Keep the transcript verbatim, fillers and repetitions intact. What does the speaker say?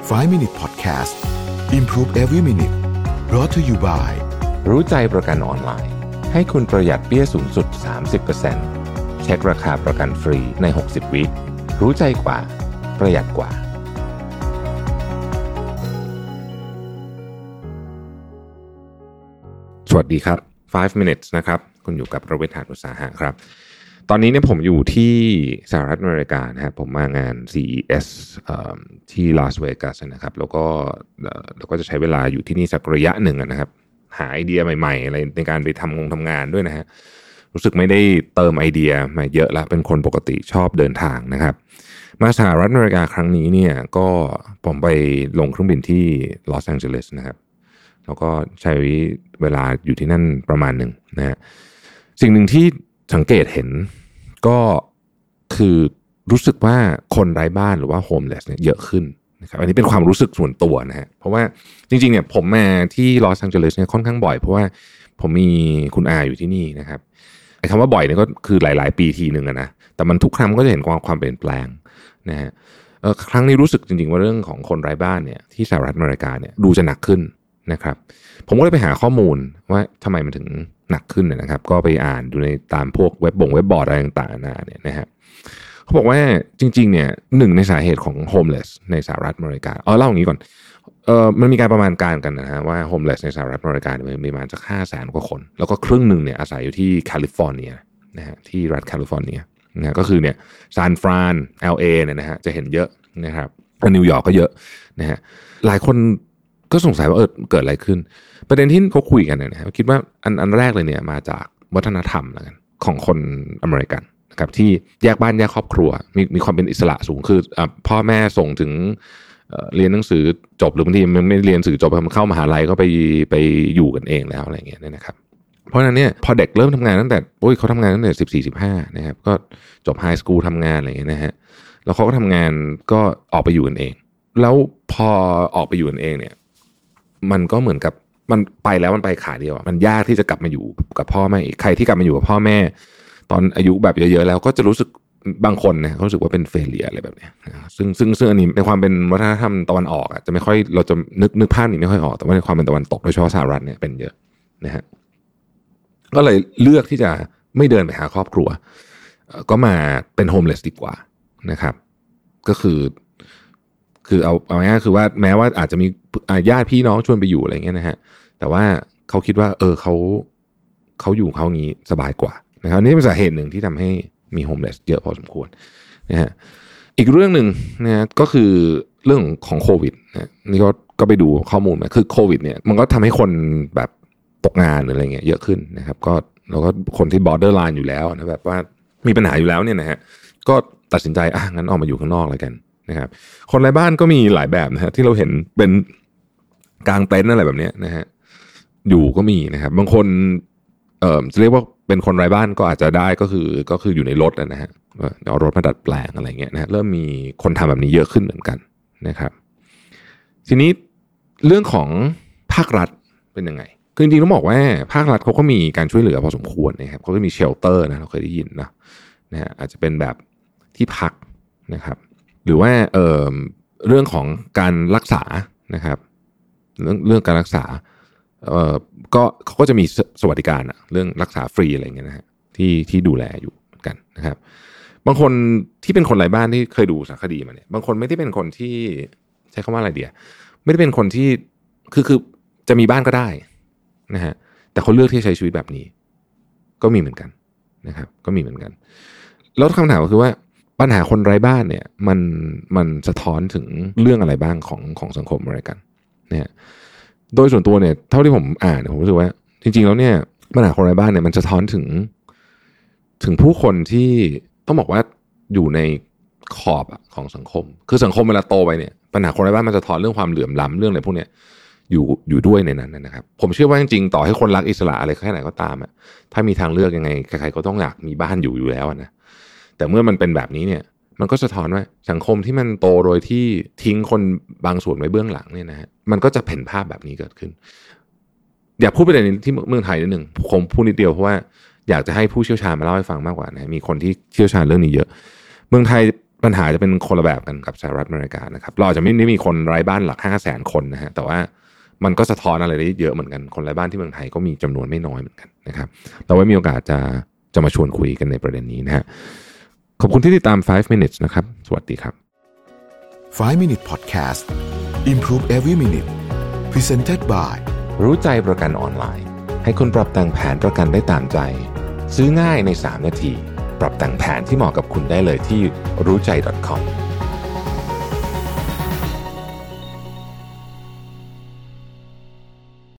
five minute podcast Improve every minute brought to you by รู้ใจประกันออนไลน์ให้คุณประหยัดเบี้ยสูงสุด สามสิบเปอร์เซ็นต์ เช็คราคาประกันฟรีในหกสิบวิรู้ใจกว่าประหยัดกว่าสวัสดีครับfive minutes นะครับคุณอยู่กับประวิทย์ หาญอุตสาหะครับตอนนี้เนี่ยผมอยู่ที่สหรัฐอเมริกานะครับผมมางาน ซี อี เอส ที่ลาสเวกัสนะครับแล้วก็เราก็จะใช้เวลาอยู่ที่นี่สักระยะหนึ่งนะครับหาไอเดียใหม่ๆอะไรในการไปทำงงทำงานด้วยนะฮะรู้สึกไม่ได้เติมไอเดียมาเยอะละเป็นคนปกติชอบเดินทางนะครับมาสหรัฐอเมริกาครั้งนี้เนี่ยก็ผมไปลงเครื่องบินที่ลอสแองเจลิสนะครับแล้วก็ใช้เวลาอยู่ที่นั่นประมาณหนึ่งนะฮะสิ่งหนึ่งที่สังเกตเห็นก็คือรู้สึกว่าคนไร้บ้านหรือว่าโฮมเลสเนี่ยเยอะขึ้นนะครับอันนี้เป็นความรู้สึกส่วนตัวนะฮะเพราะว่าจริงๆเนี่ยผมมาที่ลอสแองเจลิสเนี่ยค่อนข้างบ่อยเพราะว่าผมมีคุณอาอยู่ที่นี่นะครับไอ้คำว่าบ่อยเนี่ยก็คือหลายๆปีทีนึงนะแต่มันทุกครั้งก็จะเห็นความความเปลี่ยนแปลงนะฮะเออครั้งนี้รู้สึกจริงๆว่าเรื่องของคนไร้บ้านเนี่ยที่สหรัฐอเมริกาเนี่ยดูจะหนักขึ้นนะครับผมก็เลยไปหาข้อมูลว่าทำไมมันถึงหนักขึ้นนะครับก็ไปอ่านดูในตามพวกเว็บบ่งเว็บบอร์ดอะไรต่างๆนาเนี่ยนะฮะเขาบอกว่าจริงๆเนี่ยหนึ่งในสาเหตุของโฮมเลสในสหรัฐอเมริกาเออเล่าอย่างนี้ก่อนเออมันมีการประมาณการกันนะฮะว่าโฮมเลสในสหรัฐอเมริกาเนี่ยมีประมาณสักห้าแสนกว่าคนแล้วก็ครึ่งหนึ่งเนี่ยอาศัยอยู่ที่แคลิฟอร์เนียนะฮะที่รัฐแคลิฟอร์เนียนะก็คือเนี่ยซานฟราน แอล เอ เนี่ยนะฮะจะเห็นเยอะนะครับนิวยอร์กก็เยอะนะฮะหลายคนก็สงสัยว่าเออเกิดอะไรขึ้นประเด็นที่เขาคุยกันเนี่ยนะคิดว่าอันอันแรกเลยเนี่ยมาจากวัฒนธรรมแล้วกันของคนอเมริกันนะครับที่แยกบ้านแยกครอบครัวมีมีความเป็นอิสระสูงคืออ่ะพ่อแม่ส่งถึงเอ่อเรียนหนังสือจบหรือบางทีมันไม่เรียนหนังสือจบมันเข้ามหาลัยก็ไปไปอยู่กันเองแล้วอะไรเงี้ยนะครับเพราะฉะนั้นเนี่ยพอเด็กเริ่มทำงานตั้งแต่โอ้ยเขาทำงานตั้งแต่สิบสี่ สิบห้านะครับก็จบไฮสคูลทำงานอะไรเงี้ยนะฮะแล้วเขาก็ทำงานก็ออกไปอยู่กันเองแล้วพอออกไปอยู่กันเองเนี่ยมันก็เหมือนกับมันไปแล้วมันไปขาเดียวมันยากที่จะกลับมาอยู่กับพ่อแม่อีกใครที่กลับมาอยู่กับพ่อแม่ตอนอายุแบบเยอะๆแล้วก็จะรู้สึกบางคนเนี่ยเขารู้สึกว่าเป็นเฟลเลียอะไรแบบนี้ซึ่งซึ่งซึ่งอันนี้ในความเป็นวัฒนธรรมตะวันออกอ่ะจะไม่ค่อยเราจะนึกนึกภาพนี้ไม่ค่อยออกแต่ว่าในความเป็นตะวันตกโดยเฉพาะสหรัฐเนี่ยเป็นเยอะนะฮะก็เลยเลือกที่จะไม่เดินไปหาครอบครัวก็มาเป็นโฮมเลสดีกว่านะครับก็คือคือเอาเอาง่ายๆคือว่าแม้ว่าอาจจะมีญาติพี่น้องชวนไปอยู่อะไรเงี้ยนะฮะแต่ว่าเขาคิดว่าเออเขาเขาอยู่เขางี้สบายกว่านะครับนี่เป็นสาเหตุหนึ่งที่ทำให้มีโฮมเลสเยอะพอสมควรนะฮะอีกเรื่องหนึ่งนะฮะก็คือเรื่องของโควิดนะนี่ก็ก็ไปดูข้อมูลมาคือโควิดเนี่ยมันก็ทำให้คนแบบตกงานหรืออะไรเงี้ยเยอะขึ้นนะครับก็แล้วก็คนที่บอร์เดอร์ไลน์อยู่แล้วนะแบบว่ามีปัญหาอยู่แล้วเนี่ยนะฮะก็ตัดสินใจอ่ะงั้นออกมาอยู่ข้างนอกแล้วกันนะครับคนไร้บ้านก็มีหลายแบบนะฮะที่เราเห็นเป็นกางเต็นท์อะไรแบบนี้นะฮะอยู่ก็มีนะครับบางคนเอ่อจะเรียกว่าเป็นคนไร้บ้านก็อาจจะได้ก็คือก็คืออยู่ในรถนะฮะเอารถมาดัดแปลงอะไรเงี้ยนะฮะเริ่มมีคนทำแบบนี้เยอะขึ้นเหมือนกันนะครับทีนี้เรื่องของภาครัฐเป็นยังไงคือจริงๆต้องบอกว่าภาครัฐเขาก็มีการช่วยเหลือพอสมควรนะครับเขาก็มีเชลเตอร์นะเราเคยได้ยินนะนะฮะอาจจะเป็นแบบที่พักนะครับหรือว่าเอ่อเรื่องของการรักษานะครับเรื่องเรื่องการรักษาเอ่อก็เขาก็จะมีสวัสดิการอะเรื่องรักษาฟรีอะไรเงี้ยนะฮะที่ที่ดูแลอยู่กันนะครับบางคนที่เป็นคนไร้บ้านที่เคยดูสารคดีมาเนี่ยบางคนไม่ได้เป็นคนที่ใช้คำว่าอะไรเดียไม่ได้เป็นคนที่คือคือจะมีบ้านก็ได้นะฮะแต่เขาเลือกที่จะใช้ชีวิตแบบนี้ก็มีเหมือนกันนะครับก็มีเหมือนกันแล้วคำถามก็คือว่าปัญหาคนไร้บ้านเนี่ยมันมันสะท้อนถึงเรื่องอะไรบ้างของของสังคมอเมริกันเนี่ยโดยส่วนตัวเนี่ยเท่าที่ผมอ่านผมรู้สึกว่าจริงๆแล้วเนี่ยปัญหาคนไร้บ้านเนี่ยมันสะท้อนถึงถึงผู้คนที่ต้องบอกว่าอยู่ในขอบของสังคมคือสังคมเวลาโตไปเนี่ยปัญหาคนไร้บ้านมันสะท้อนเรื่องความเหลื่อมล้ำเรื่องอะไรพวกเนี้ยอยู่อยู่ด้วยในนั้นนะครับผมเชื่อว่าจริงๆต่อให้คนรักอิสระอะไรแค่ไหนก็ตามอ่ะถ้ามีทางเลือกยังไงใครๆก็ต้องอยากมีบ้านอยู่อยู่แล้วนะแต่เมื่อมันเป็นแบบนี้เนี่ยมันก็สะท้อนว่าสังคมที่มันโตโดยที่ทิ้งคนบางส่วนไว้เบื้องหลังเนี่ยนะฮะมันก็จะเห็นภาพแบบนี้เกิดขึ้นอยากพูดประเด็นที่เมืองไทยนิดนึงผมพูดนิดเดียวเพราะว่าอยากจะให้ผู้เชี่ยวชาญมาเล่าให้ฟังมากกว่านะมีคนที่เชี่ยวชาญเรื่องนี้เยอะเมืองไทยปัญหาจะเป็นคนละแบบกันกับสหรัฐอเมริกานะครับเราจะไม่ได้มีคนไร้บ้านหลัก ห้าแสน คนนะฮะแต่ว่ามันก็สะท้อนอะไรได้เยอะเหมือนกันคนไร้บ้านที่เมืองไทยก็มีจำนวนไม่น้อยเหมือนกันนะครับแต่ว่ามีโอกาสจะจะมาชวนคุยกันในประเด็นนี้นะฮะขอบคุณที่ติดตามไฟว์ minutes นะครับสวัสดีครับไฟว์ minute podcast improve every minute presented by รู้ใจประกันออนไลน์ให้คุณปรับแต่งแผนประกันได้ตามใจซื้อง่ายในสามนาทีปรับแต่งแผนที่เหมาะกับคุณได้เลยที่รู้ใจ ดอท คอม